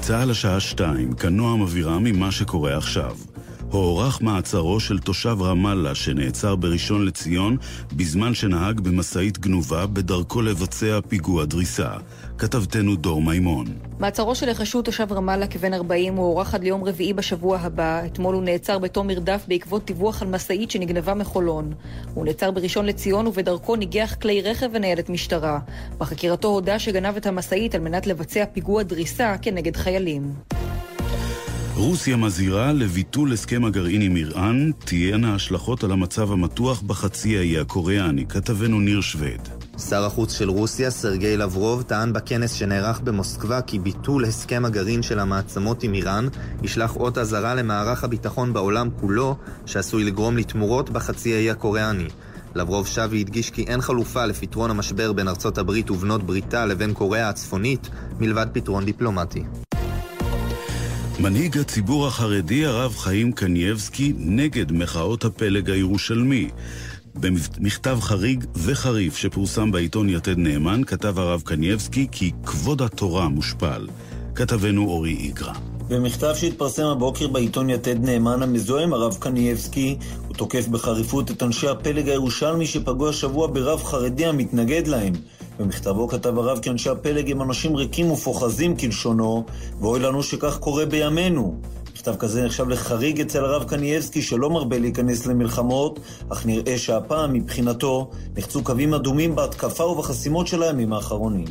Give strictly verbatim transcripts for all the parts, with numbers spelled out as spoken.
צהל השעה שתיים, כנועם אווירה ממה שקורה עכשיו. הוארך מעצרו של תושב רמאללה שנעצר בראשון לציון בזמן שנהג במסעית גנובה בדרכו לבצע פיגוע דריסה. כתבתנו דור מימון. מעצרו של החשוד תושב רמאללה כבן ארבעים הוא הוארך עד ליום רביעי בשבוע הבא. אתמול הוא נעצר בתום מרדף בעקבות דיווח על מסעית שנגנבה מחולון. הוא נעצר בראשון לציון ובדרכו ניגח כלי רכב וניידת משטרה. בחקירתו הודה שגנב את המסעית על מנת לבצע פיגוע דריסה כנגד חיילים. רוסיה מזהירה לביטול הסכם הגרעין עם איראן, תהיינה השלכות על המצב המתוח בחצי האי הקוריאני. כתבנו ניר שווד. שר החוץ של רוסיה, סרגי לברוב, טען בכנס שנערך במוסקבה כי ביטול הסכם הגרעין של המעצמות עם איראן ישלח אות אזהרה למערך הביטחון בעולם כולו, שעשוי לגרום לתמורות בחצי האי הקוריאני. לברוב שב והדגיש כי אין חלופה לפתרון המשבר בין ארצות הברית ובנות בריתה לבין קוריאה הצפונית, מלבד פתרון דיפלומטי. מנהיג הציבור החרדי הרב חיים קנייבסקי נגד מחאות הפלג הירושלמי. במכתב חריג וחריף שפורסם בעיתון יתד נאמן כתב הרב קנייבסקי כי כבוד התורה מושפל. כתבנו אורי איגרא. במכתב שהתפרסם הבוקר בעיתון יתד נאמן המזוהה עם הרב קנייבסקי, הוא תוקף בחריפות את אנשי הפלג הירושלמי שפגעו השבוע ברב חרדי המתנגד להם. במכתבו כתב הרב כי אנשי הפלג הם אנשים ריקים ופוחזים כלשונו, ואוי לנו שכך קורה בימינו. מכתב כזה נחשב לחריג אצל הרב קנייבסקי שלא מרבה להיכנס למלחמות, אך נראה שהפעם מבחינתו נחצו קווים אדומים בהתקפה ובחסימות של הימים האחרונים.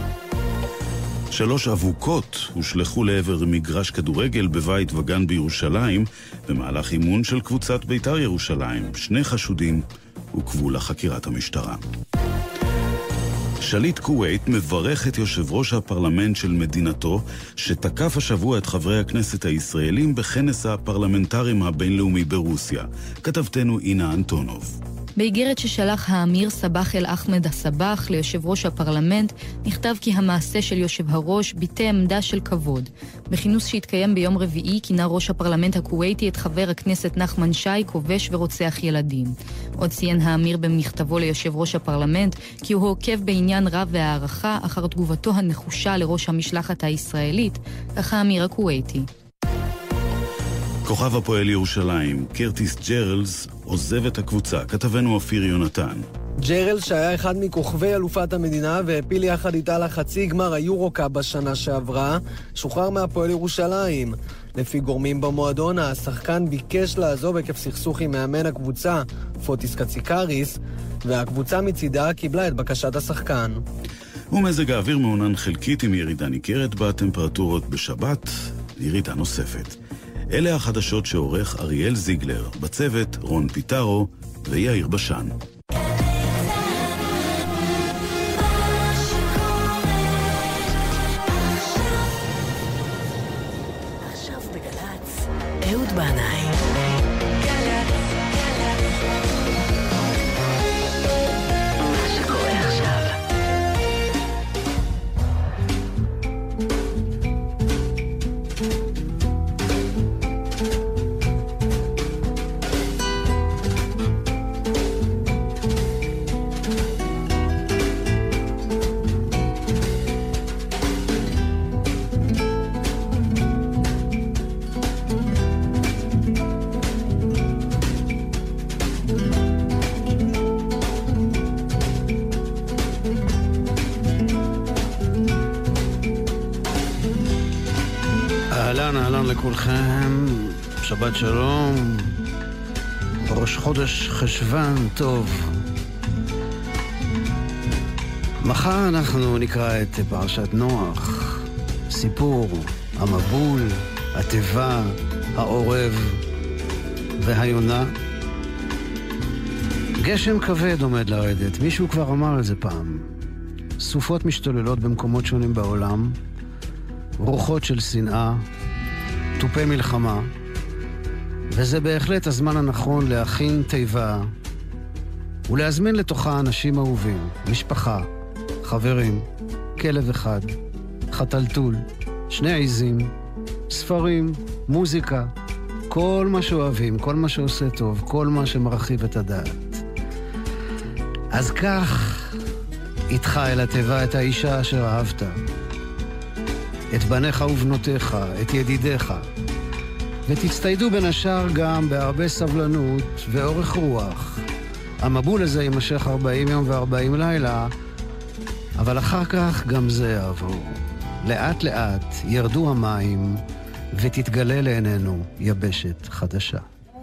שלוש אבוקות הושלחו לעבר מגרש כדורגל בבית וגן בירושלים במהלך אימון של קבוצת בית"ר ירושלים. שני חשודים עוכבו לחקירת המשטרה. שליט כווית מברך את יושב ראש הפרלמנט של מדינתו שתקף השבוע את חברי הכנסת הישראלים בכנס הפרלמנטרים הבינלאומי ברוסיה. כתבתנו אינה אנטונוב. באיגרת ששלח האמיר סבח אל אחמד הסבח ליושב ראש הפרלמנט נכתב כי המעשה של יושב הראש ביטא עמדה של כבוד. בכינוס שהתקיים ביום רביעי כינה ראש הפרלמנט הכוויתי את חבר הכנסת נחמן שי כובש ורוצח ילדים. עוד ציין האמיר במכתבו ליושב ראש הפרלמנט כי הוא עוקב בעניין רב והערכה אחר תגובתו הנחושה לראש המשלחת הישראלית, כך האמיר הכוויתי. כוכב הפועל ירושלים, קרטיס ג'רלס, עוזב את הקבוצה. כתבנו אופיר יונתן. ג'רלס, שהיה אחד מכוכבי אלופת המדינה והפיל יחד איתה לחצי גמר היורוקאפ בשנה שעברה, שוחרר מהפועל ירושלים. לפי גורמים במועדון, השחקן ביקש לעזוב עקב סכסוך עם מאמן הקבוצה, פוטיס קציקריס, והקבוצה מצידה קיבלה את בקשת השחקן. ומזג האוויר מעונן חלקית עם ירידה ניכרת בטמפרטורות בשבת, ירידה נוספת. אלה החדשות שעורך אריאל זיגלר, בצוות רון פיטרו ויאיר בשן. עכשיו בגלץ, אהוד בנאי. אהלן, אהלן לכולכם, שבת שלום, ראש חודש חשבן טוב. מחר אנחנו נקרא את פרשת נוח, סיפור המבול, הטבע, העורב והיונה. גשם כבד עומד לרדת, מישהו כבר אמר את זה פעם. סופות משתוללות במקומות שונים בעולם, רוחות של שנאה, טופי מלחמה, וזה בהחלט הזמן הנכון להכין טבע ולהזמין לתוכה אנשים אהובים, משפחה, חברים, כלב אחד, חתלתול, שני עיזים, ספרים, מוזיקה, כל מה שאוהבים, כל מה שעושה טוב, כל מה שמרחיב את הדעת. אז כך איתך אל הטבע את האישה אשר אהבת. את בניך ובנותיך, את ידידיך. ותצטיידו בין השאר גם בהרבה סבלנות ואורך רוח. המבול הזה יימשך ארבעים יום וארבעים לילה, אבל אחר כך גם זה יעבור. לאט לאט ירדו המים ותתגלה לעינינו יבשת חדשה.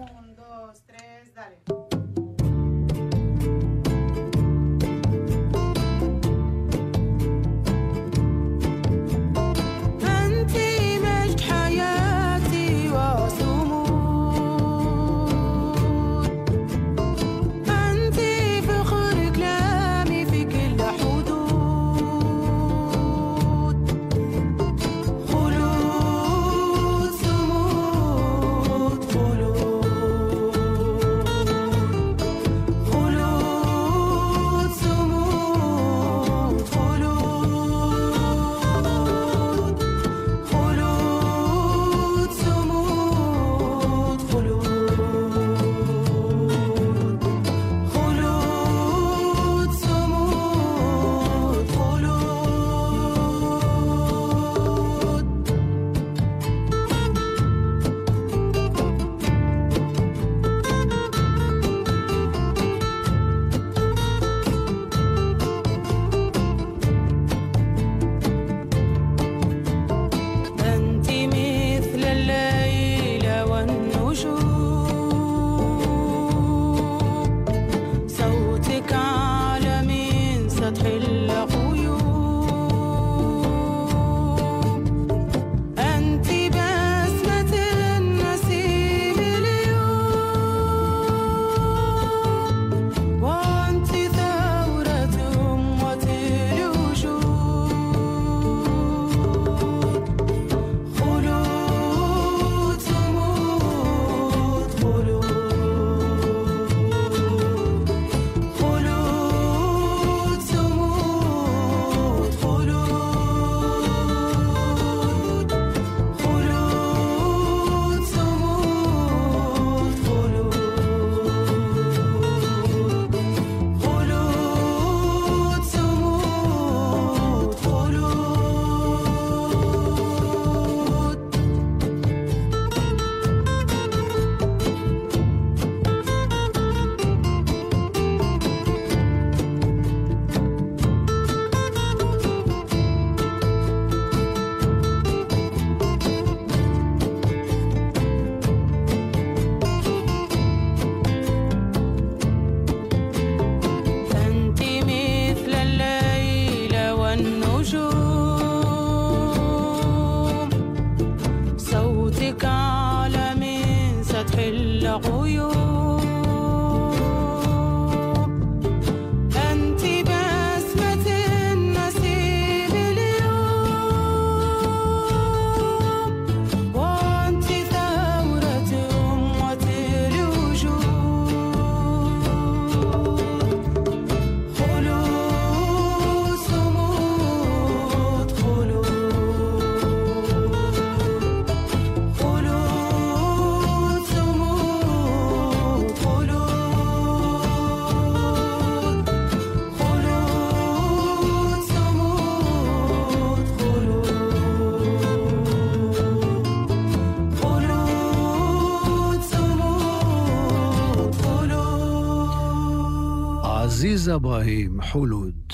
עזיז אברהים, חולוד.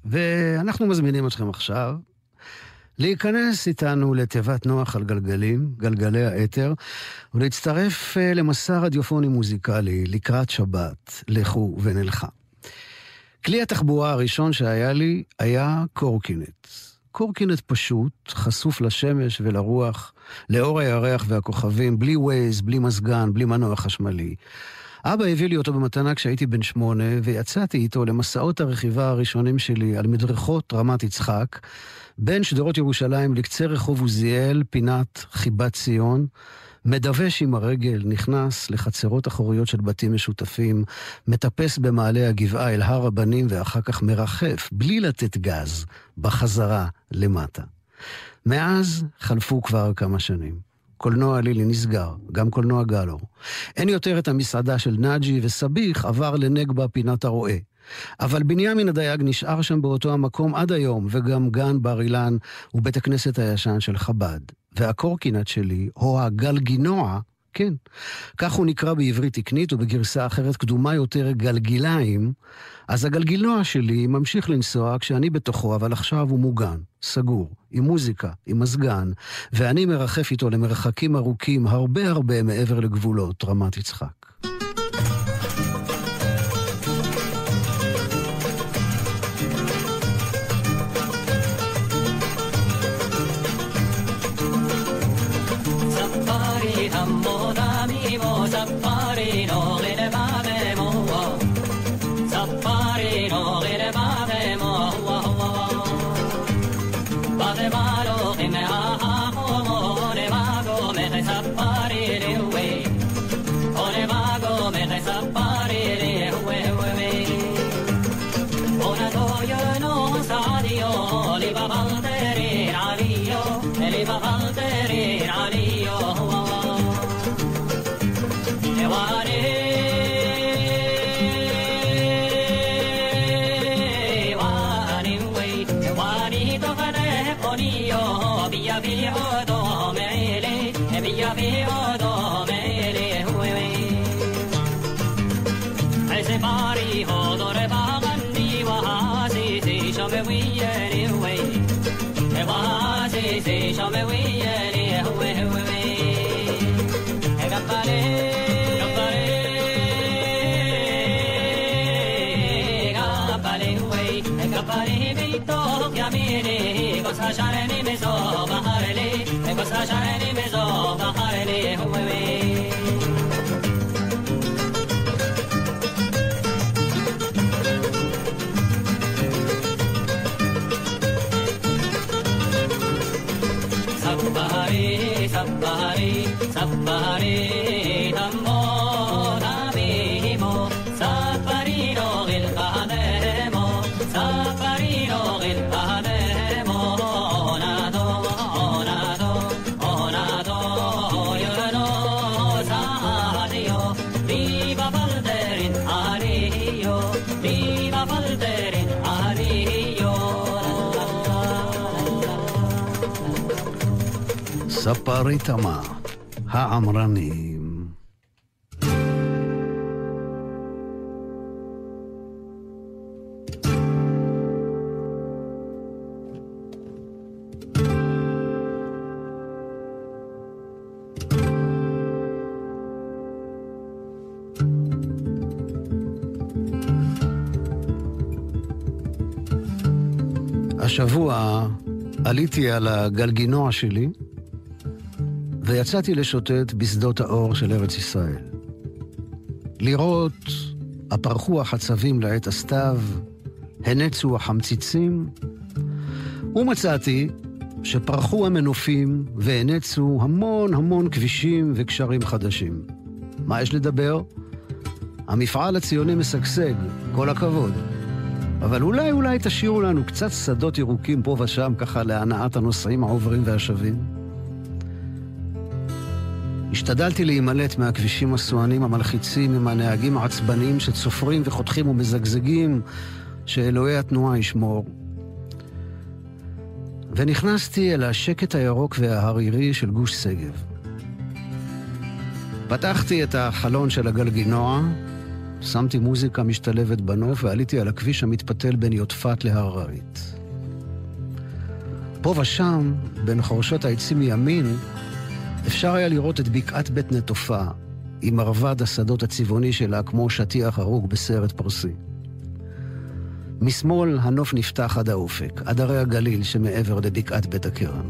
ואנחנו מזמינים אתכם עכשיו להיכנס איתנו לתיבת נוח על גלגלים, גלגלי האתר, ולהצטרף למסע רדיופוני מוזיקלי לקראת שבת, לכו ונלכה. כלי התחבורה הראשון שהיה לי היה קורקינט. קורקינט פשוט, חשוף לשמש ולרוח, לאור הירח והכוכבים, בלי ווייז, בלי מזגן, בלי מנוע חשמלי. אבא הביא לי אותו במתנה כשהייתי בן שמונה, ויצאתי איתו למסעות הרכיבה הראשונים שלי על מדרכות רמת יצחק, בין שדרות ירושלים לקצה רחוב עוזיאל, פינת חיבת ציון, מדווש עם הרגל, נכנס לחצרות אחוריות של בתים משותפים, מטפס במעלה הגבעה אל הר הבנים, ואחר כך מרחף, בלי לתת גז, בחזרה למטה. מאז חלפו כבר כמה שנים. קולנוע לילי נסגר, גם קולנוע גלור. אין יותר את המסעדה של נאג'י וסביח עבר לנגבה פינת הרועה. אבל בנימין הדייג נשאר שם באותו המקום עד היום, וגם גן בר אילן ובית הכנסת הישן של חב"ד. והקורקינט שלי, או הגלגינוע, כן, כך הוא נקרא בעברית תקנית, ובגרסה אחרת קדומה יותר גלגיליים, אז הגלגינוע שלי ממשיך לנסוע כשאני בתוכו, אבל עכשיו הוא מוגן, סגור, עם מוזיקה, עם מזגן, ואני מרחף איתו למרחקים ארוכים, הרבה הרבה מעבר לגבולות רמת יצחק. ספרי תמה, העמרנים. השבוע עליתי על הגלגינוע שלי, ויצאתי לשוטט בשדות האור של ארץ ישראל. לראות הפרחו החצבים לעת הסתיו, הנצו החמציצים, ומצאתי שפרחו המנופים והנצו המון המון כבישים וקשרים חדשים. מה יש לדבר? המפעל הציוני משגשג, כל הכבוד. אבל אולי אולי תשאירו לנו קצת שדות ירוקים פה ושם, ככה להנעת הנוסעים העוברים והשבים. השתדלתי להימלט מהכבישים הסואנים המלחיצים עם הנהגים העצבניים שצופרים וחותכים ומזגזגים, שאלוהי התנועה ישמור. ונכנסתי אל השקט הירוק וההרירי של גוש שגב. פתחתי את החלון של הגלגינוע, שמתי מוזיקה משתלבת בנוף ועליתי על הכביש המתפתל בין יודפת להררית. פה ושם, בין חורשות העצים מימין, אפשר היה לראות את בקעת בית נטופה, עם מרבד השדות הצבעוני שלה כמו שטיח הרוג בסרט פרסי. משמאל הנוף נפתח עד האופק, עד הרי הגליל שמעבר לבקעת בית הכרם.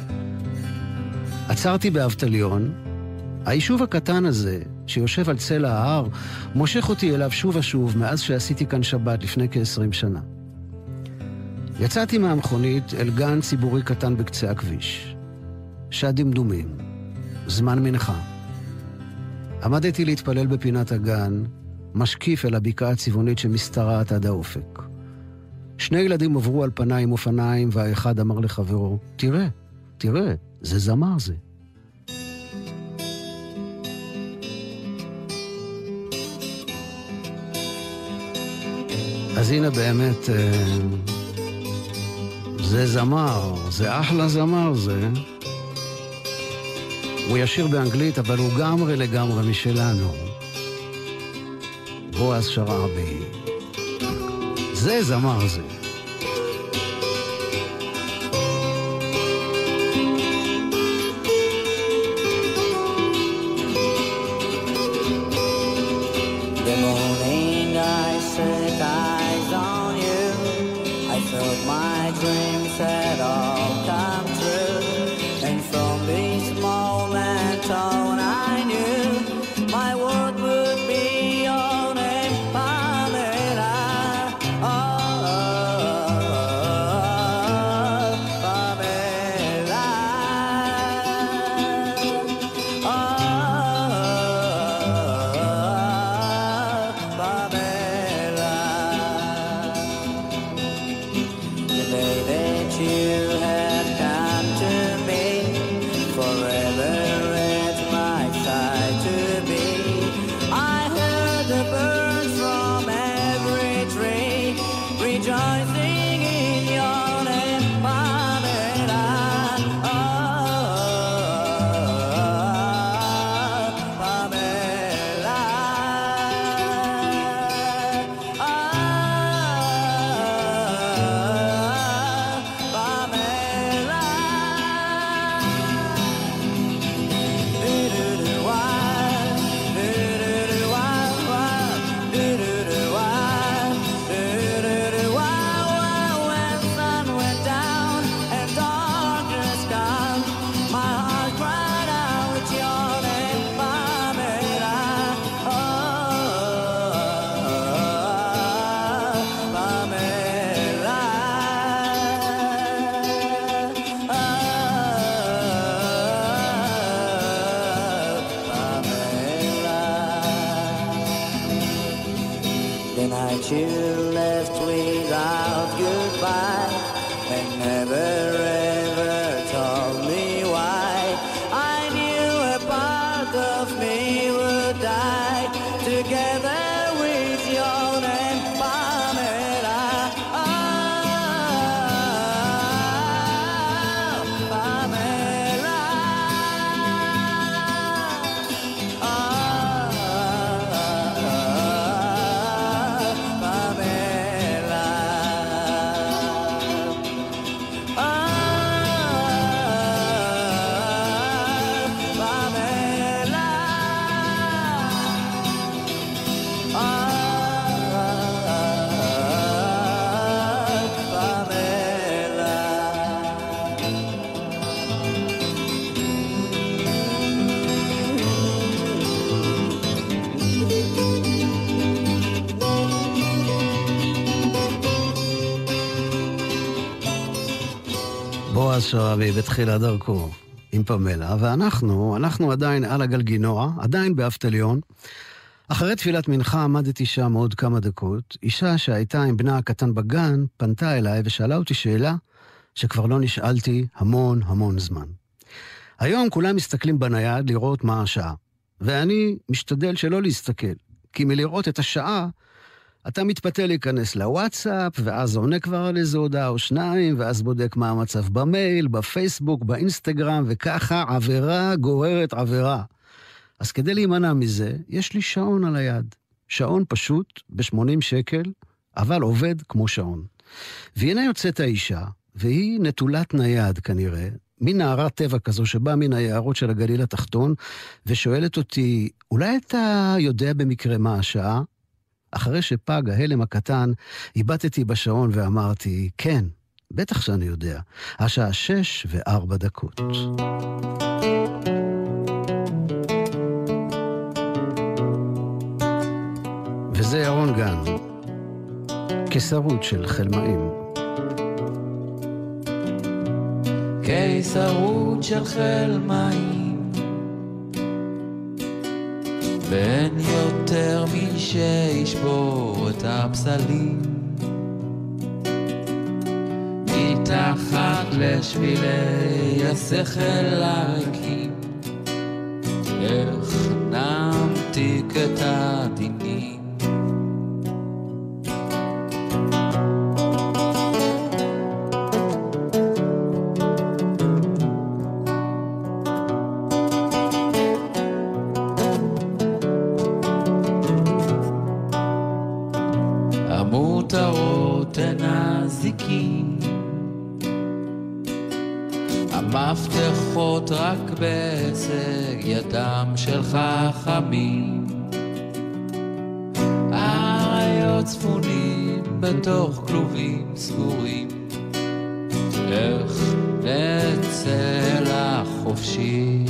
עצרתי באבטליון, היישוב הקטן הזה, שיושב על צל ההר, מושך אותי אליו שוב ושוב מאז שעשיתי כאן שבת לפני כ-עשרים שנה. יצאתי מהמכונית אל גן ציבורי קטן בקצה הכביש. שד דמדומים, זמן מנחה. עמדתי להתפלל בפינת הגן, משקיף אל הבקעה הצבעונית שמסתרעת עד האופק. שני ילדים עברו על פניי עם אופניים, והאחד אמר לחברו, תראה, תראה, זה זמר זה. אז הנה באמת, זה זמר, זה אחלה זמר זה. הוא ישיר באנגלית, אבל הוא גמרי לגמרי משלנו. בועז שרעבי. זה זמר זה. The morning I set eyes on you, I thought my dreams had all come true, and from this moment on I knew my world would be your name, Pamela. Oh, oh, oh, Pamela. Oh, Pamela. The day that you have come to me, forever at my side to be. I heard the birds from every tree rejoicing in your name, Pamela. Oh, Pamela. Oh, Pamela. When sun went down and darkness come, my heart cried out your name, Pamela. Oh, Pamela. The night you left without goodbye and never ever told me why. I knew a part of me would die together with your name, Pamela. Oh, Pamela. Oh, Pamela. Oh, Pamela. בועז שרעבי בתחילת דרכו עם פמלה, ואנחנו, אנחנו עדיין על הגלגינוע, עדיין באבטליון. אחרי תפילת מנחה עמדתי שם עוד כמה דקות. אישה שהייתה עם בנה הקטן בגן פנתה אליי ושאלה אותי שאלה שכבר לא נשאלתי המון המון זמן. היום כולם מסתכלים בנייד לראות מה השעה, ואני משתדל שלא להסתכל, כי מלראות את השעה אתה מתפתה להיכנס לוואטסאפ, ואז עונה כבר על איזו הודעה או שניים, ואז בודק מה המצב במייל, בפייסבוק, באינסטגרם, וככה עבירה גוררת עבירה. אז כדי להימנע מזה, יש לי שעון על היד. שעון פשוט ב-שמונים שקל, אבל עובד כמו שעון. והנה יוצאת האישה, והיא נטולת נייד כנראה, מין נערת טבע כזו שבאה מן היערות של הגליל התחתון, ושואלת אותי, אולי אתה יודע במקרה מה השעה? אחרי שפג ההלם הקטן, איבדתי בשעון ואמרתי, כן, בטח שאני יודע. השעה שש וארבע דקות. וזה ירון גן, קיסרות של חלמאים. קיסרות של חלמאים, ואין יותר מי שישבור את הפסלים, מתחת לשבילי השכל הריקים, איך נמתיק את הדינים. ונזיקים, המפתחות רק בהישג ידם של חכמים, אריות צפונים בתוך כלובים סגורים, איך נצא לחופשי.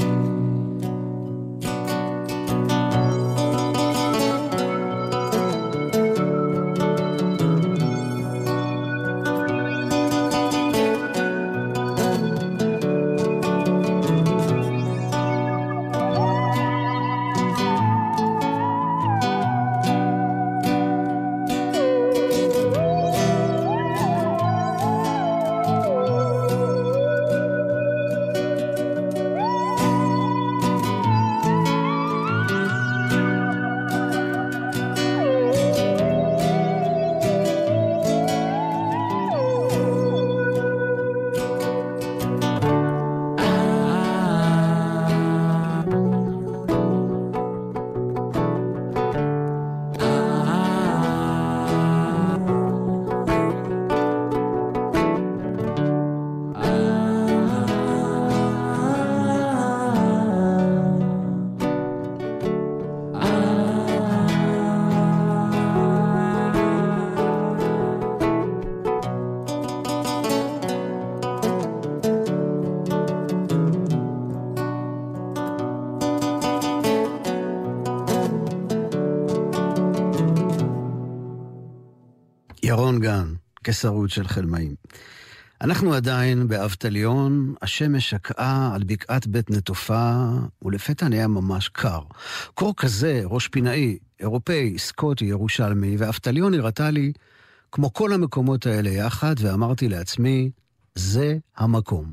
ירון גן, כסרות של חלמאים. אנחנו עדיין באבטליון, השמש שקעה על בקעת בית נטופה, ולפתע נהיה ממש קר. קור כזה, ראש פינאי, אירופאי, סקוטי, ירושלמי, ואבטליון נראתה לי כמו כל המקומות האלה יחד, ואמרתי לעצמי, זה המקום.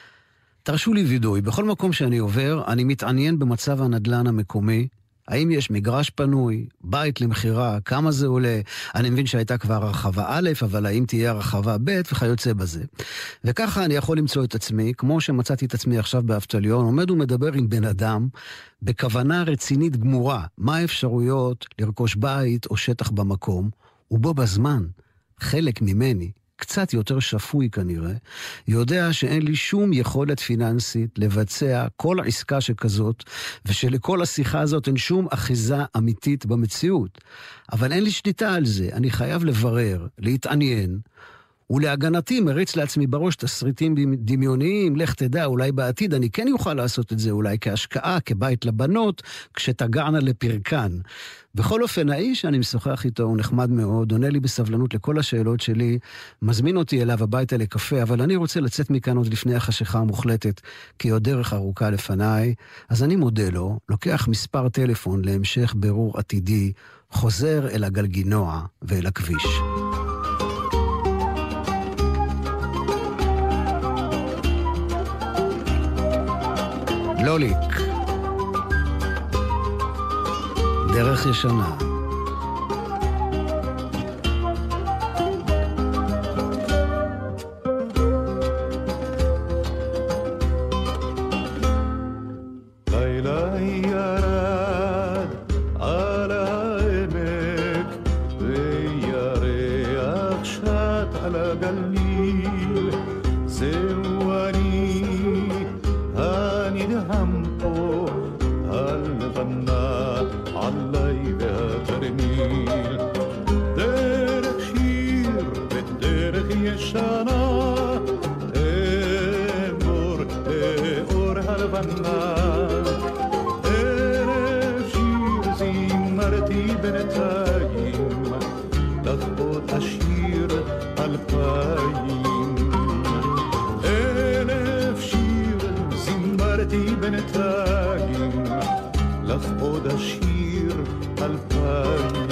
תרשו לי וידוי, בכל מקום שאני עובר, אני מתעניין במצב הנדלן המקומי, האם יש מגרש פנוי, בית למחירה, כמה זה עולה, אני מבין שהייתה כבר הרחבה א', אבל האם תהיה הרחבה ב' וכיוצא בזה. וככה אני יכול למצוא את עצמי, כמו שמצאתי את עצמי עכשיו באבטליון, עומד ומדבר עם בן אדם, בכוונה רצינית גמורה, מה האפשרויות לרכוש בית או שטח במקום, ובו בזמן, חלק ממני, קצת יותר שפוי כנראה, יודע שאין לי שום יכולת פיננסית לבצע כל עסקה שכזאת, ושלכל השיחה הזאת אין שום אחיזה אמיתית במציאות. אבל אין לי שליטה על זה, אני חייב לברר, להתעניין, ולהגנתי מריץ לעצמי בראש תסריטים דמיוניים, לך תדע, אולי בעתיד אני כן יוכל לעשות את זה, אולי כהשקעה, כבית לבנות, כשתגענה לפרקן. בכל אופן, האיש שאני משוחח איתו הוא נחמד מאוד, עונה לי בסבלנות לכל השאלות שלי, מזמין אותי אליו הביתה לקפה, אבל אני רוצה לצאת מכאן עוד לפני החשיכה המוחלטת, כי עוד דרך ארוכה לפניי, אז אני מודה לו, לוקח מספר טלפון להמשך ברור עתידי, חוזר אל הגלגינוע ואל הכביש. לוליק, דרך ישנה. לילה ירד על העמק וירח שט על הגליל, זהו אני הנדהם פה הלבנה עלי והתרמיל, דרך שיר ודרך ישנה אמור לאור הלבנה, ערב שיר זימרתי בינתיים לכבוד השיר אלפיים, אלף שיר זימרתי בינתיים לכבוד השיר אלפיים.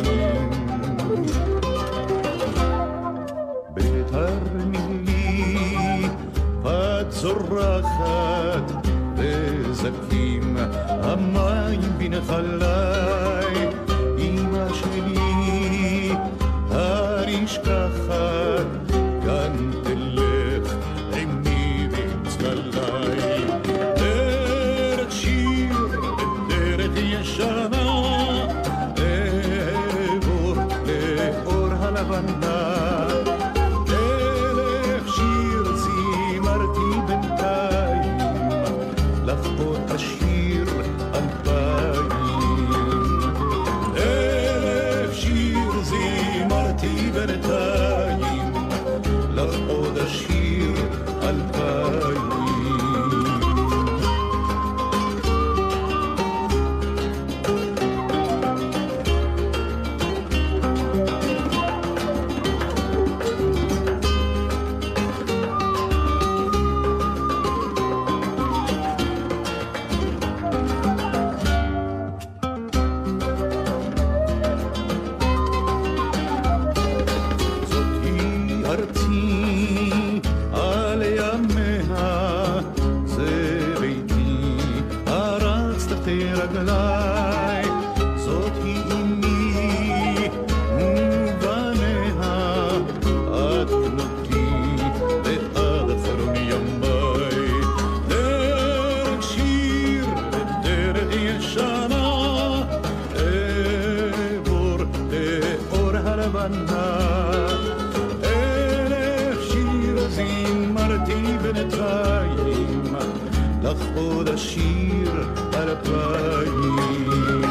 בתרמילי פת זורחת וזקים המים בנחלי, אמא שלי הנשכחת כאן תלך עמי בצללי, דרך שיר ודרך ישנה אעבור לאור הלבנה, איתי אימי ובניה את כמותי ועד אחרון ימיי דרך שיר ודרך ישנה אעבור לאור הלבנה אלף שיר זימרתי בינתיים לך עוד השיר אלפיים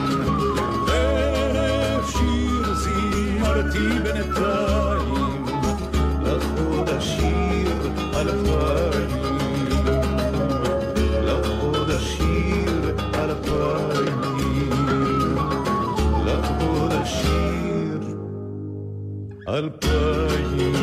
אלף שיר זימרתי בינתיים לך עוד השיר אלפיים לך עוד השיר אלפיים לך עוד השיר אלפיים.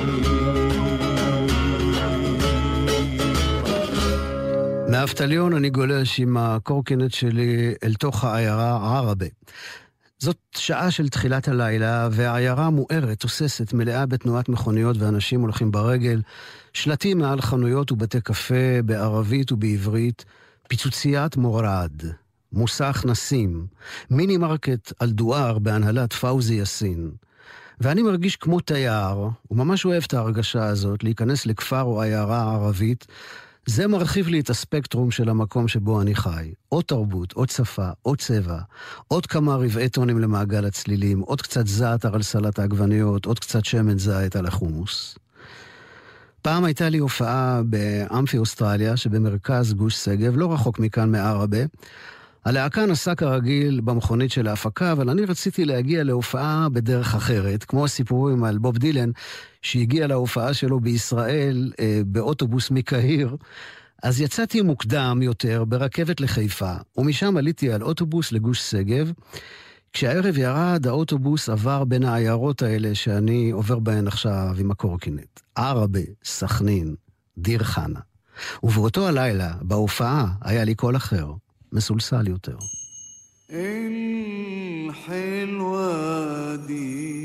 מאבטליון אני גולש עם הקורקינט שלי אל תוך העיירה ערבה. זאת שעה של תחילת הלילה, והעיירה מוארת, תוססת, מלאה בתנועת מכוניות ואנשים הולכים ברגל, שלטים מעל חנויות ובתי קפה בערבית ובעברית, פיצוציית מורד, מוסך נסים, מיני מרקט על דואר בהנהלת פאוזי יסין. ואני מרגיש כמו תייר, וממש אוהב את ההרגשה הזאת, להיכנס לכפר או עיירה ערבית. זה מרחיב לי את הספקטרום של המקום שבו אני חי. עוד תרבות, עוד שפה, עוד צבע, עוד כמה רבעי טונים למעגל הצלילים, עוד קצת זעתר על סלט העגבניות, עוד קצת שמן זית על החומוס. פעם הייתה לי הופעה באמפי אוסטרליה, שבמרכז גוש שגב, לא רחוק מכאן מערבה. הלהקה נסע כרגיל במכונית של ההפקה, אבל אני רציתי להגיע להופעה בדרך אחרת, כמו הסיפורים על בוב דילן, שהגיע להופעה שלו בישראל אה, באוטובוס מקהיר. אז יצאתי מוקדם יותר ברכבת לחיפה, ומשם עליתי על אוטובוס לגוש שגב. כשהערב ירד, האוטובוס עבר בין העיירות האלה שאני עובר בהן עכשיו עם הקורקינט. ערבה, סכנין, דיר חנה. ובאותו הלילה, בהופעה, היה לי קול אחר. مسلسل يوتر الحلوة دي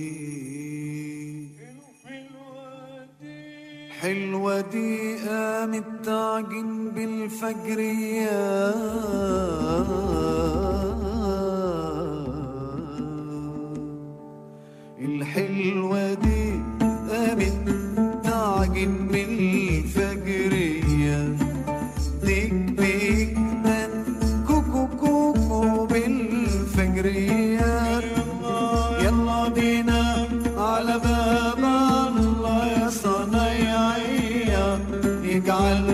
حلوة دي قامت تعجن بالفجرية الحلوة دي قامت تعجن بالفجرية ديك ديك يلا بينا على باب الله يا صنايعية يجعل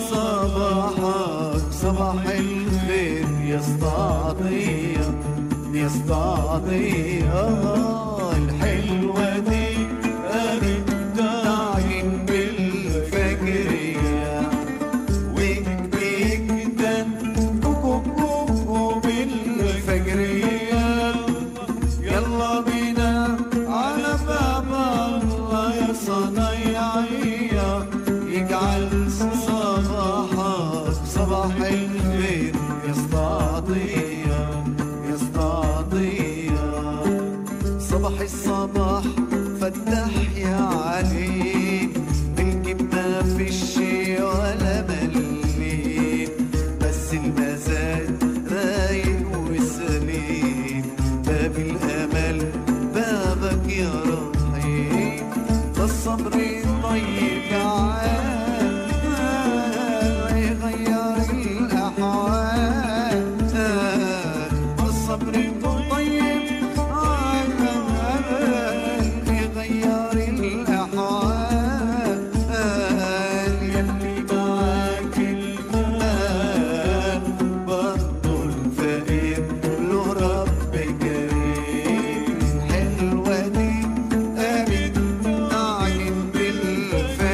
صباحك صباح الخير يا استعطية يا استعطية الحلوة دي قامت تعجن بالفجرية ويك بيك دن كوكو كوكو بالفجرية يلا بينا على باب الله يا صنايعية يجعل صباحك صباح الخير يا استعطية يا استعطية صباح الصباح فتح يا علي بالجبنة في الشي ولا ملي بس المزاج رايق وسليم باب الأمل بابك يا رحيم فالصبر طيب عال يغير الأحوال فالصبر طيب عال يغير الأحوال يلي معاك المال برضو الفقير له رب كريم حلوة دي قامت تعجن بالفجر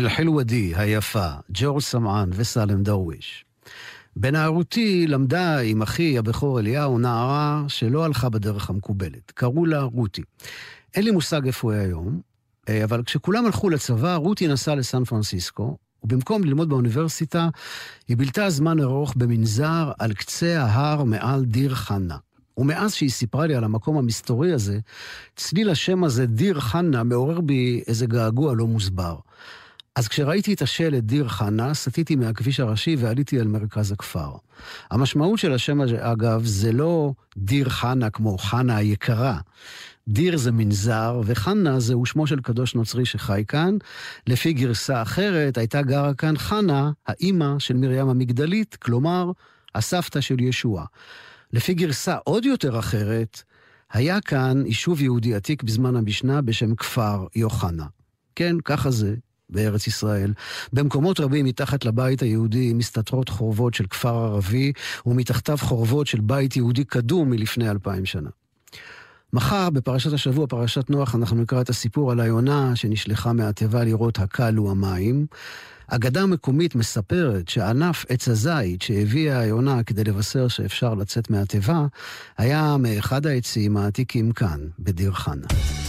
אל-חלוודי היפה, ג'ורג' סמען וסלם דרוויש. בנערותי למדה עם אחי הבכור אליהו נערה שלא הלכה בדרך המקובלת. קראו לה רותי. אין לי מושג איפה היא היום, אבל כשכולם הלכו לצבא, רותי נסעה לסן פרנסיסקו, ובמקום ללמוד באוניברסיטה, היא בילתה זמן ארוך במנזר על קצה ההר מעל דיר חנה. ומאז שהיא סיפרה לי על המקום המסתורי הזה, צליל השם הזה, דיר חנה, מעורר בי איזה געגוע לא מוסבר. אז כשראיתי את השלט דיר חנה, סטיתי מהכביש הראשי ועליתי אל מרכז הכפר. המשמעות של השם הזה, אגב, זה לא דיר חנה כמו חנה היקרה. דיר זה מנזר, וחנה זהו שמו של קדוש נוצרי שחי כאן. לפי גרסה אחרת, הייתה גרה כאן חנה, האימא של מרים המגדלית, כלומר, הסבתא של ישוע. לפי גרסה עוד יותר אחרת, היה כאן יישוב יהודי עתיק בזמן המשנה בשם כפר יוחנה. כן, ככה זה בארץ ישראל. במקומות רבים מתחת לבית היהודי מסתתרות חורבות של כפר ערבי, ומתחתיו חורבות של בית יהודי קדום מלפני אלפיים שנה. מחר, בפרשת השבוע, פרשת נוח, אנחנו נקרא את הסיפור על היונה שנשלחה מהטבע לראות הקלו המים. אגדה מקומית מספרת שענף עץ הזית שהביאה היונה כדי לבשר שאפשר לצאת מהטבע, היה מאחד העצים העתיקים כאן, בדיר חנה.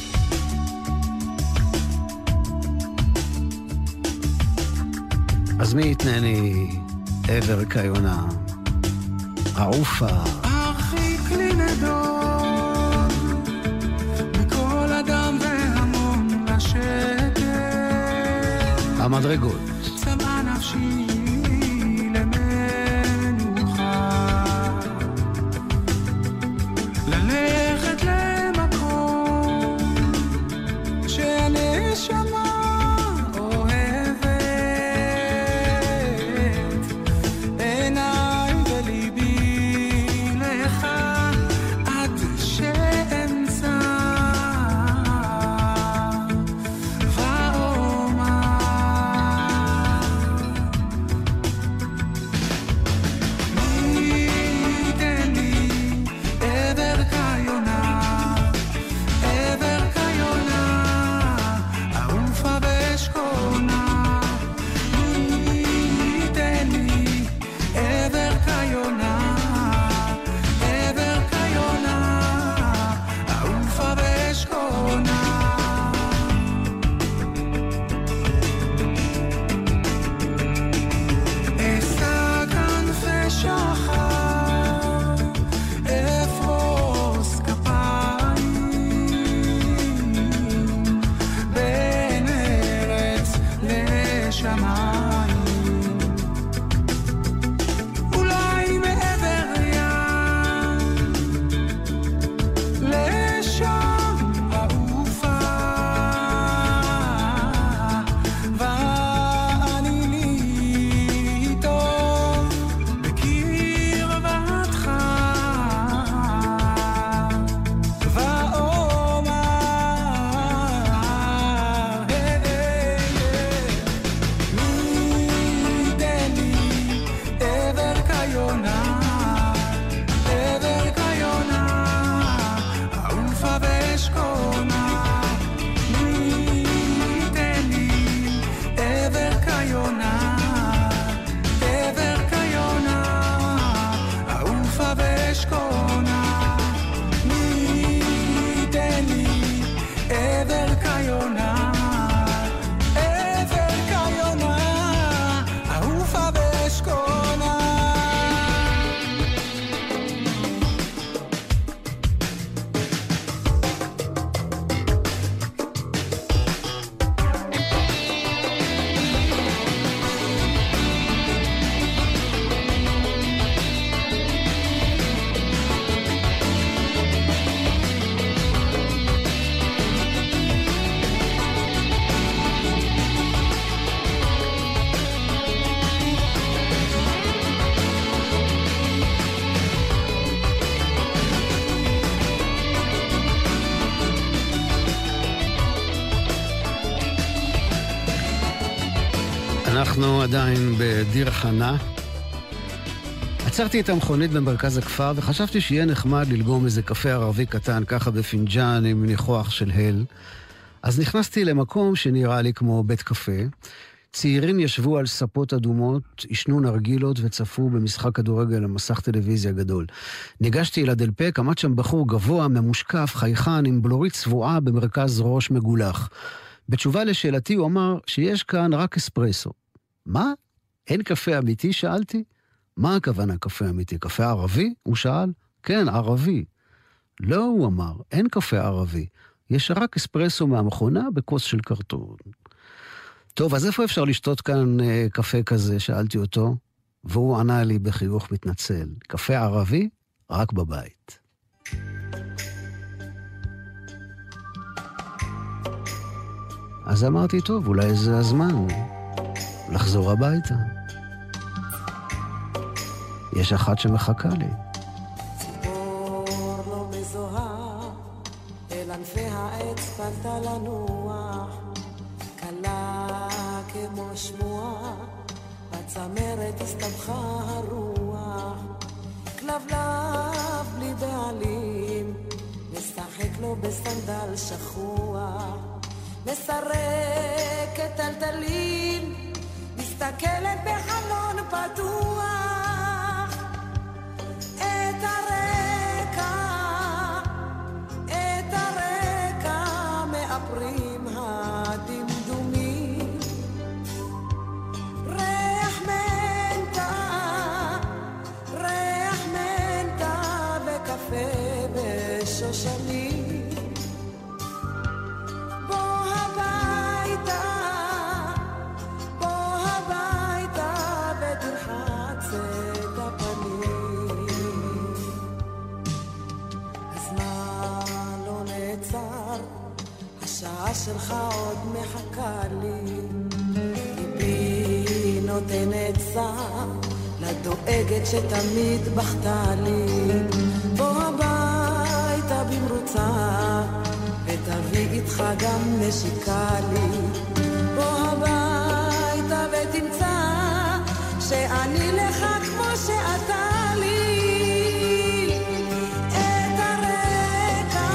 אז מי יתנני עבר כיונה? ערופה. הרחיק לי נדון מכל אדם והמון לשקט. המדרגות. צמא נפשי למנוחה, ללכת למקום שהנשמה אנחנו עדיין בדיר חנה. עצרתי את המכונית במרכז הכפר וחשבתי שיהיה נחמד ללגום איזה קפה ערבי קטן ככה בפינג'אן עם ניחוח של הל. אז נכנסתי למקום שנראה לי כמו בית קפה. צעירים ישבו על ספות אדומות, ישנו נרגילות וצפו במשחק כדורגל על מסך טלוויזיה גדול. ניגשתי אל הדלפק, עמד שם בחור גבוה, ממושקף, חייכן, עם בלורית צבועה במרכז ראש מגולח. בתשובה לשאלתי הוא אמר שיש כאן רק אספרסו. מה? אין קפה אמיתי? שאלתי. מה הכוונה קפה אמיתי? קפה ערבי? הוא שאל. כן, ערבי. לא, הוא אמר, אין קפה ערבי. יש רק אספרסו מהמכונה בכוס של קרטון. טוב, אז איפה אפשר לשתות כאן אה, קפה כזה? שאלתי אותו, והוא ענה לי בחיוך מתנצל. קפה ערבי? רק בבית. אז אמרתי, טוב, אולי זה הזמן לחזור הביתה. יש אחת שמחכה לי. ציפור לא מזוהה, אל ענפי העץ פנתה לנוח, קלה כמו שמועה, בצמרת הסתבכה הרוח, כלבלב בלי בעלים, משחק לו בסנדל שכוח, מסרקת טלטלים, מסתכלת בחלון פתוח, את הרקע, את הרקע מאפרים הדמדומים, ריח מנטה, ריח מנטה וקפה בשושנים, בוא הביתה, בוא הביתה ותרחץ את הפנים. הזמן לא נעצר, השעה שלך עוד מחכה לי, ליבי נותן עצה לדואגת שתמיד בכתה לי, בוא הביתה במרוצה ותביא איתך גם נשיקה לי, בוא הביתה ותמצא שאני לך כמו שאתה לי, את הרקע,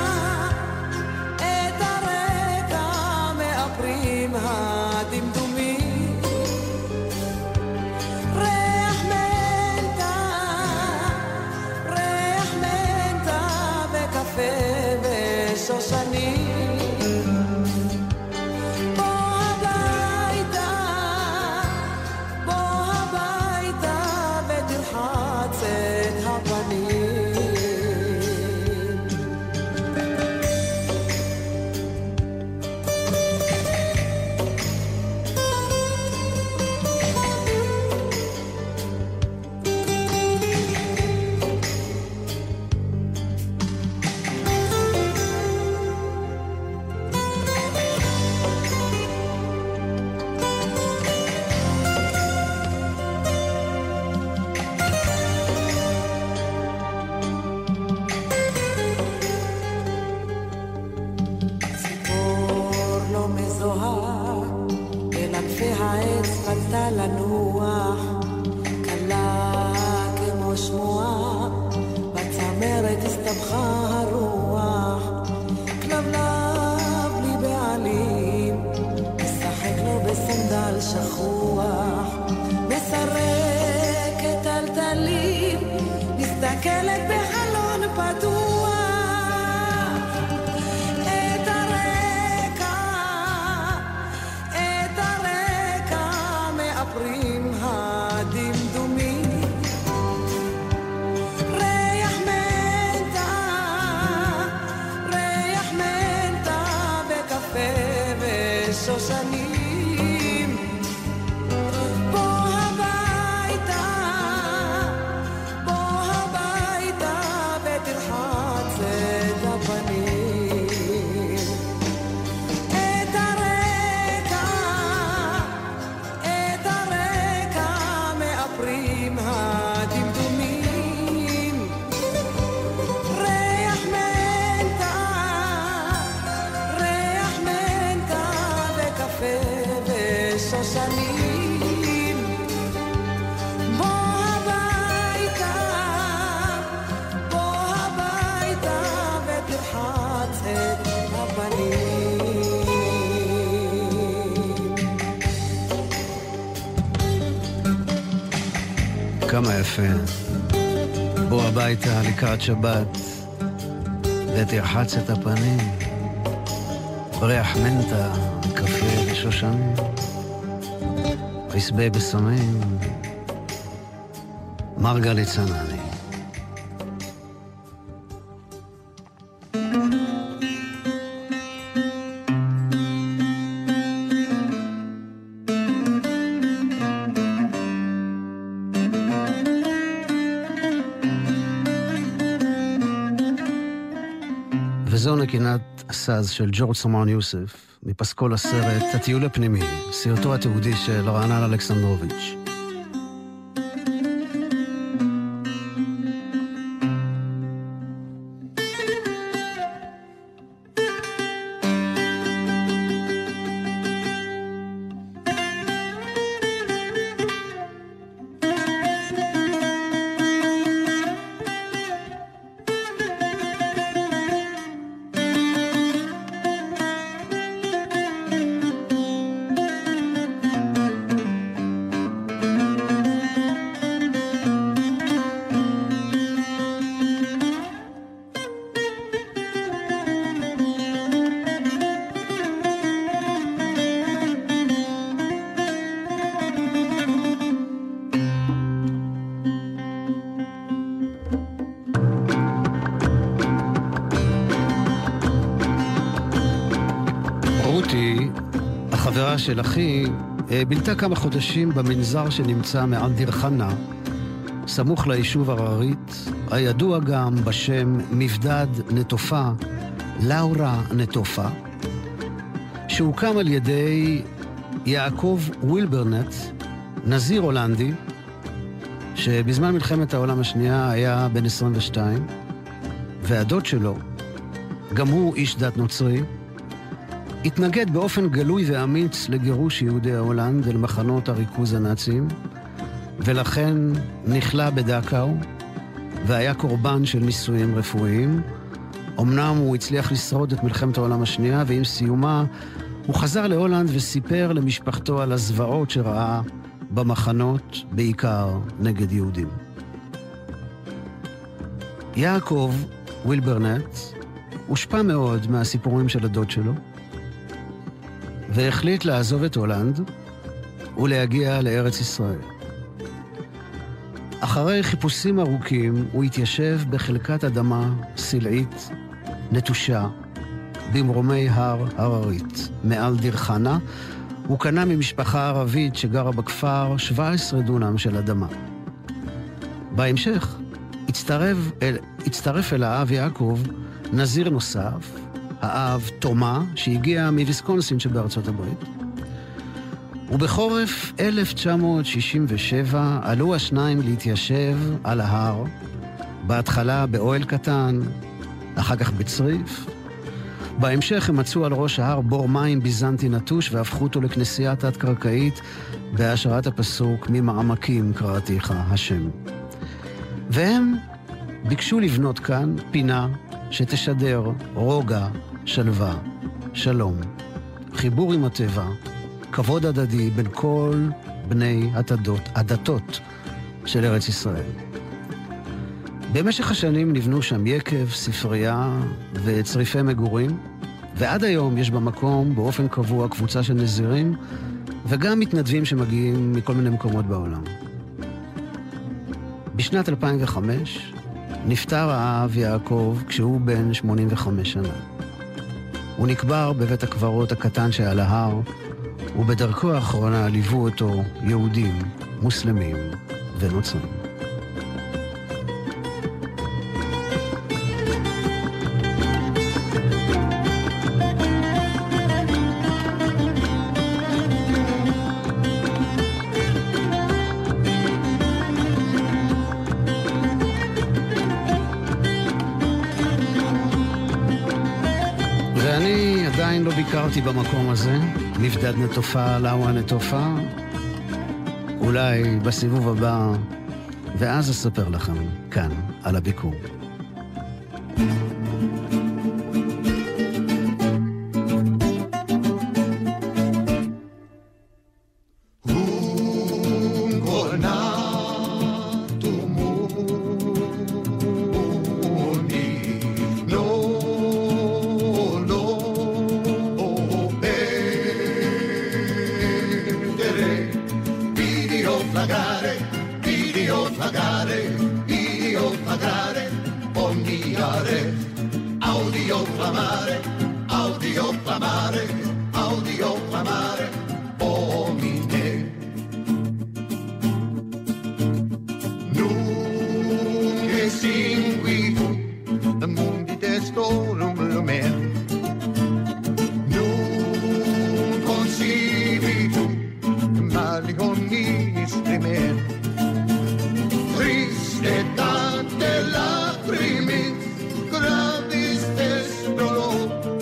את הרקע מאפרים הדמדומים, ריח מנטה, ריח מנטה וקפה ושושנים, בוא הביתה, בוא הביתה ותרחץ את הפנים. ציפור לא מזוהה, בין ענפי העץ פנתה לנוח, קלה כמו שמועה, בצמרת הסתבכה הרוח, כלבלב בלי בעלים, משחק לו בסנדל שכוח, מסרקת טלטלים, מסתכלת בחלון פתוח, את הרקע, את הרקע מאפרים כמה יפה. בוא הביתה לקראת שבת ותרחץ את הפנים, ריח מנטה, קפה ושושנים, רסבי בסמים, מרגלית צנני. וזו נקינת הסאז של ג'ורג' סמרן יוסף, מפסקול הסרט הטיול הפנימי, סרטו התיעודי של רענן אלכסנדרוביץ'. החברה של אחי בילתה כמה חודשים במנזר שנמצא מעל דיר חנה, סמוך ליישוב הררית, הידוע גם בשם מבדד נטופה, לאורה נטופה, שהוקם על ידי יעקב ווילברנט, נזיר הולנדי, שבזמן מלחמת העולם השנייה היה בן עשרים ושתיים, והדוד שלו, גם הוא איש דת נוצרי, התנגד באופן גלוי ואמיץ לגירוש יהודי ההולנד אל מחנות הריכוז הנאצים, ולכן נכלה בדקאו, והיה קורבן של ניסויים רפואיים. אמנם הוא הצליח לשרוד את מלחמת העולם השנייה, ועם סיומה הוא חזר להולנד וסיפר למשפחתו על הזוועות שראה במחנות, בעיקר נגד יהודים. יעקב ווילברנט הושפע מאוד מהסיפורים של הדוד שלו, והחליט לעזוב את הולנד ולהגיע לארץ ישראל. אחרי חיפושים ארוכים הוא התיישב בחלקת אדמה סלעית, נטושה, במרומי הר הררית. מעל דיר חנה הוא קנה ממשפחה ערבית שגרה בכפר שבע עשרה דונם של אדמה. בהמשך הצטרף אל, הצטרף אל האב יעקב נזיר נוסף, האב תומה, שהגיע מוויסקונסין שבארצות הברית. ובחורף אלף תשע מאות שישים ושבע עלו השניים להתיישב על ההר, בהתחלה באוהל קטן, אחר כך בצריף. בהמשך הם מצאו על ראש ההר בור מים ביזנטי נטוש והפכו אותו לכנסייה תת-קרקעית בהשראת הפסוק ממעמקים קראתיך השם. והם ביקשו לבנות כאן פינה שתשדר רוגע, שלווה, שלום, חיבור עם הטבע, כבוד הדדי בין כל בני הדתות, הדתות של ארץ ישראל. במשך השנים נבנו שם יקב, ספרייה וצריפי מגורים, ועד היום יש במקום באופן קבוע קבוצה של נזירים וגם מתנדבים שמגיעים מכל מיני מקומות בעולם. בשנת אלפיים וחמש נפטר האב יעקב כשהוא בן שמונים וחמש שנה. הוא נקבר בבית הקברות הקטן שעל ההר, ובדרכו האחרונה ליוו אותו יהודים, מוסלמים ונוצרים. ואני עדיין לא ביקרתי במקום הזה, מבדד נטופה, לאורה נטופה. אולי בסיבוב הבא, ואז אספר לכם כאן על הביקור. amare, audio amare, omine. Nun gesingui tu, the mundi testorum lumen. Nun consivi tu, mali ogni istrimen. Triste tante lacrime, gravis est dolor.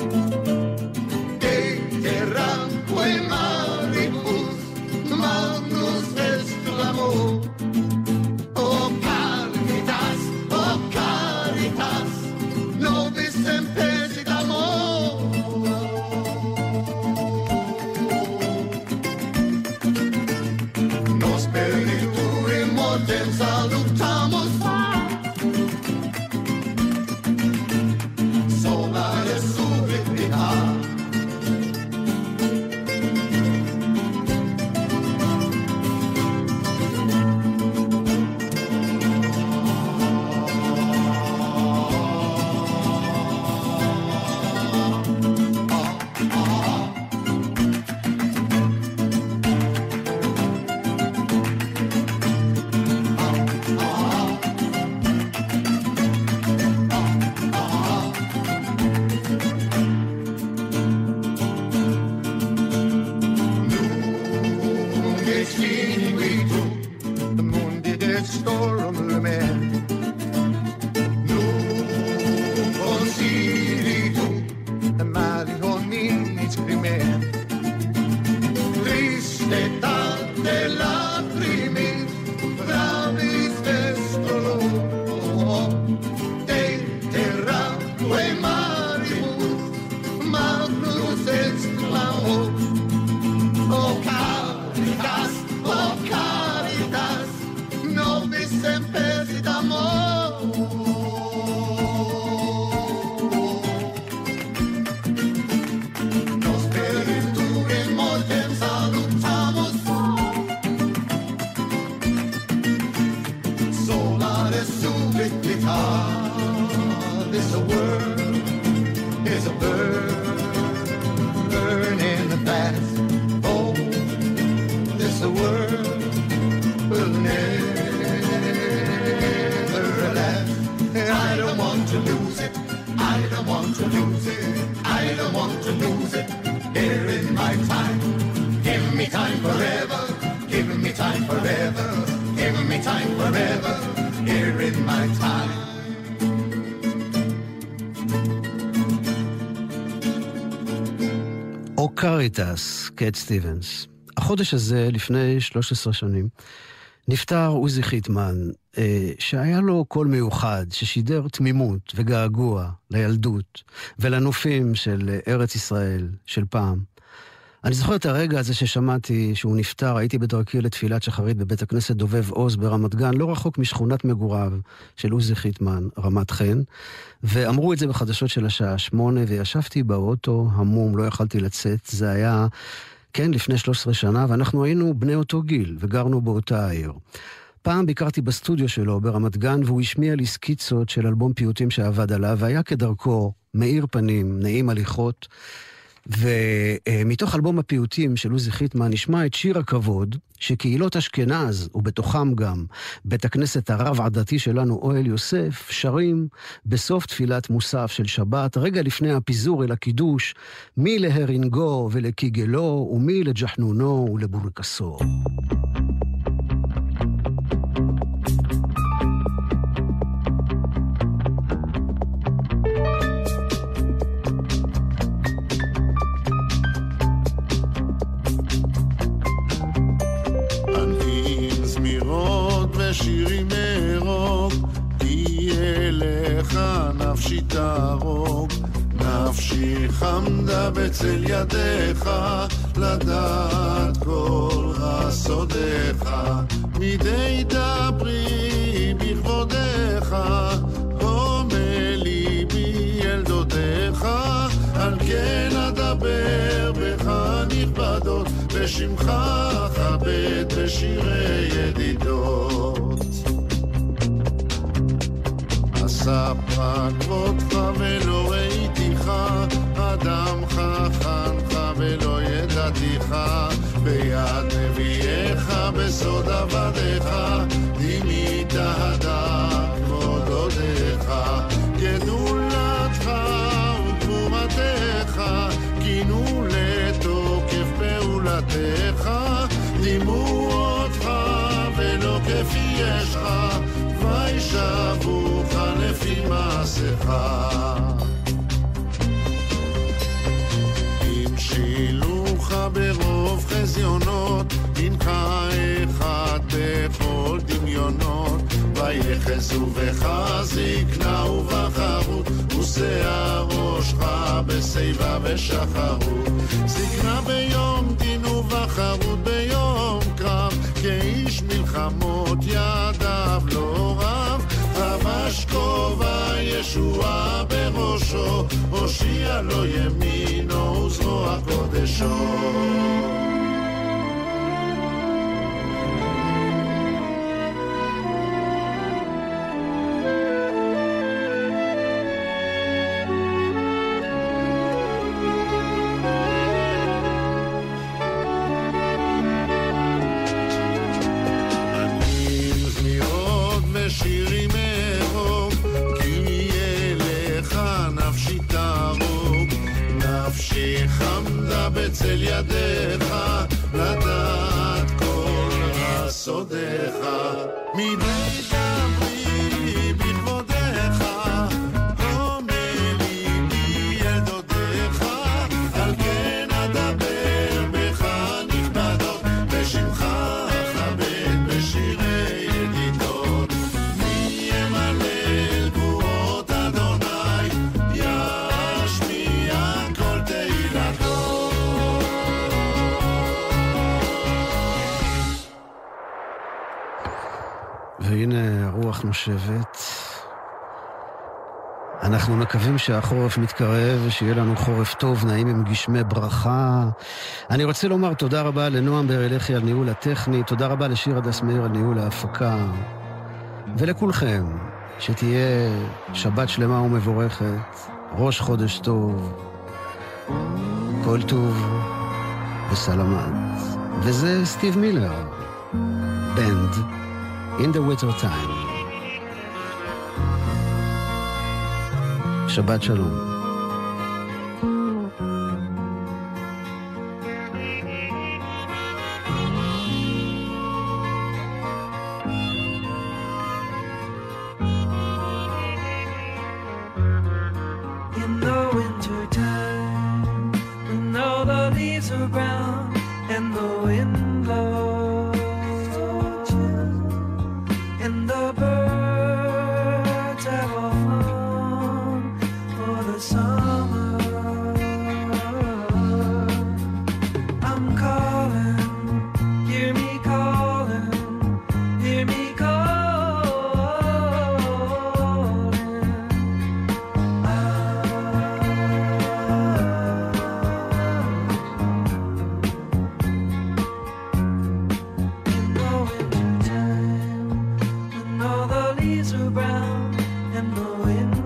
Magnus est l'amor. Oh caritas, oh caritas, nobis sempesit amor. Nos periture mortem salutamus, sola resurrecta. קריטס, קט סטיבנס. החודש הזה, לפני שלוש עשרה שנים, נפטר עוזי חיטמן, שהיה לו קול מיוחד, ששידר תמימות וגעגוע לילדות ולנופים של ארץ ישראל של פעם. אני זוכר את הרגע הזה ששמעתי שהוא נפטר, הייתי בדרכי לתפילת שחרית בבית הכנסת דובב עוז ברמת גן, לא רחוק משכונת מגוריו של עוזי חיטמן, רמת חן, ואמרו את זה בחדשות של השעה שמונה, וישבתי באוטו המום, לא יכלתי לצאת, זה היה, כן, לפני שלוש עשרה שנה, ואנחנו היינו בני אותו גיל, וגרנו באותה העיר. פעם ביקרתי בסטודיו שלו ברמת גן, והוא השמיע לי סקיצות של אלבום פיוטים שעבד עליו, והיה כדרכו, מאיר פנים, נעים הליכות, ומתוך אלבום הפיוטים של עוזי חיטמן נשמע את שיר הכבוד, שקהילות אשכנז, ובתוכם גם בית הכנסת הרב עדתי שלנו אוהל יוסף, שרים בסוף תפילת מוסף של שבת, רגע לפני הפיזור אל הקידוש, מי להרינגו ולקיגלו, ומי לג'חנונו ולבורקסו. שירים מרוק, כי אליך נפשי תרוג, נפשי חמדה בצל ידיך, לדעת כל הסודיך, מדי דברי בכבודיך, הומה ליבי אל דודיך, על כן אדבר בך נכבדות, בשמך כבד בשירי ידידות. אספרה כבודך ולא ראיתיך, אדם חכם בסוד עבדיך, דימית הדר כבוד עודיך, גדולתך ותרומתך, גינו לתוקף פעולתך, דימו אותך ולא כפי ישך, וישבוך לפי מעשיך. שילוך ברוב חזיונות, אינך אחד בכל דמיונות, ויחזו בך זקנה ובחרות, ושיער ראשך בשיבה ושחרות. זקנה ביום דין ובחרות ביום קרב, כאיש מלחמות ידיו לא רב, חבש כובע ישועה בראשו, הושיע לו ימינו וזרוע קודשו. בצל ידיך, לדעת כל רסודיך, מדי דברי בכבודיך, אומר ליבי אל דודיך, על כן אדבר בך נכבדות, בשמך אכבד בשירי ידידות, מי ימלל גבורות אדוני, ישמיע כל תהילתו. והנה הרוח נושבת. אנחנו מקווים שהחורף מתקרב ושיהיה לנו חורף טוב, נעים עם גשמי ברכה. אני רוצה לומר תודה רבה לנועם ברלכי על ניהול הטכני, תודה רבה לשיר הדס מאיר על ניהול ההפקה, ולכולכם שתהיה שבת שלמה ומבורכת, ראש חודש טוב, כל טוב וסלמת. וזה סטיב מילר, בנד In the Winter Time. שבת שלום. In the winter time, when all the leaves are brown and the wind blows, and the birds have all flown for the summer, I'm calling, hear me calling, hear me calling. In the winter time, when all the leaves are brown and the wind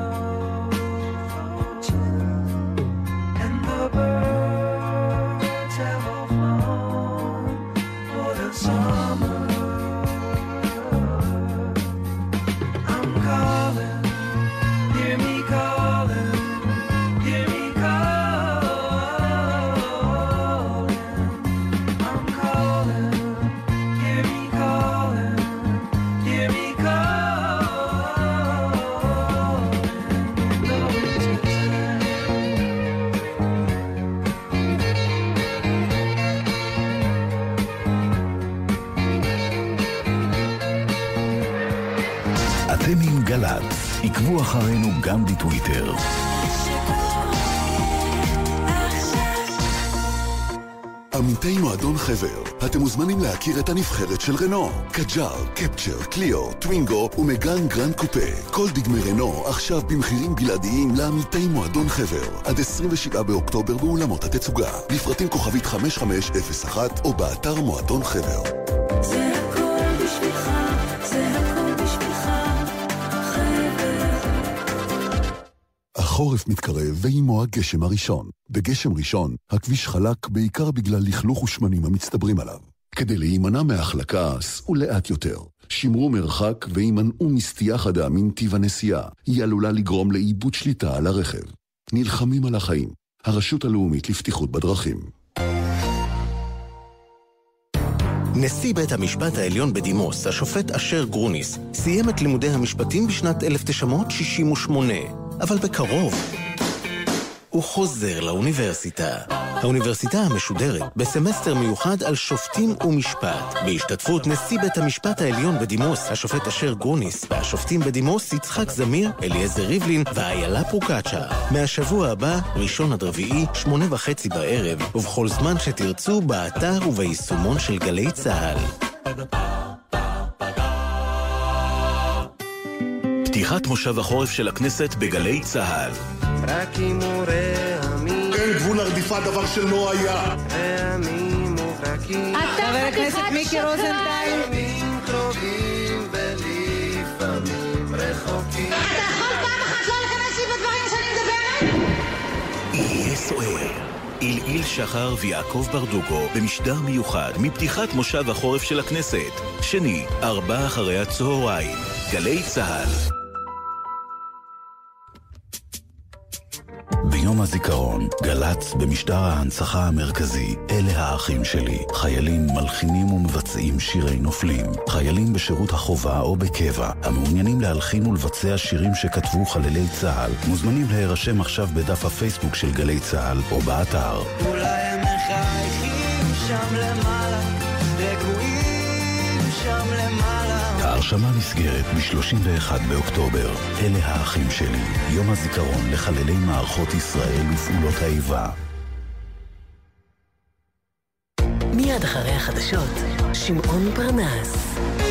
blows, and the birds have all flown for the summer, I'm calling, hear me calling, hear me calling. I'm calling, hear me calling, hear me calling. In the winter time. אתם עם גל"צ, עקבו אחרינו גם בטוויטר. עמיתי מועדון חבר, אתם מוזמנים להכיר את הנבחרת של רנו, קג'אר, קפצ'ר, קליו, טווינגו ומגן גרנד קופה. כל דגמי רנו עכשיו במחירים בלעדיים לעמיתי מועדון חבר, עד עשרים ושבעה באוקטובר באולמות התצוגה, לפרטים כוכבית חמש חמש אפס אחת או באתר מועדון חבר. זה הכל בשבילך, זה הכל בשבילך, חבר. החורף מתקרב ועימו הגשם הראשון. בגשם ראשון, הכביש חלק בעיקר בגלל לכלוך ושמנים המצטברים עליו. כדי להימנע מהחלקה, סעו לאט יותר. שמרו מרחק והימנעו מסטייה חדה מנתיב הנסיעה. היא עלולה לגרום לאיבוד שליטה על הרכב. נלחמים על החיים. הרשות הלאומית לבטיחות בדרכים. נשיא בית המשפט העליון בדימוס, השופט אשר גרוניס, סיים את לימודי המשפטים בשנת אלף תשע מאות שישים ושמונה, אבל בקרוב הוא חוזר לאוניברסיטה. האוניברסיטה המשודרת בסמסטר מיוחד על שופטים ומשפט, בהשתתפות נשיא בית המשפט העליון בדימוס, השופט אשר גרוניס, והשופטים בדימוס יצחק זמיר, אליעזר ריבלין ואיילה פרוקצ'ה. מהשבוע הבא, ראשון עד רביעי, שמונה וחצי בערב, ובכל זמן שתרצו באתר וביישומון של גלי צהל. פתיחת מושב החורף של הכנסת בגלי צהל. רק עם רעמים, אין גבול הרדיפה, דבר שלא היה. רעמים וברקים, חבר הכנסת מיקי רוזנטל, רעמים קרובים ולפעמים רחוקים. אתה יכול פעם אחת לא להיכנס לי בדברים שאני מדברת? יהיה סוער. איל-איל שחר ויעקב ברדוגו במשדר מיוחד מפתיחת מושב החורף של הכנסת. שני, ארבע אחרי הצהריים. גלי צהל. ביום הזיכרון, גלץ במשדר ההנצחה המרכזי, אלה האחים שלי. חיילים מלחינים ומבצעים שירי נופלים. חיילים בשירות החובה או בקבע, המעוניינים להלחין ולבצע שירים שכתבו חללי צה"ל, מוזמנים להירשם עכשיו בדף הפייסבוק של גלי צה"ל או באתר. אולי הם מחייכים שם למעלה, רגועים שם למעלה. ההרשמה נסגרת ב-שלושים ואחד באוקטובר. אלה האחים שלי, יום הזיכרון לחללי מערכות ישראל ופעולות האיבה. מיד אחרי החדשות, שמעון פרנס.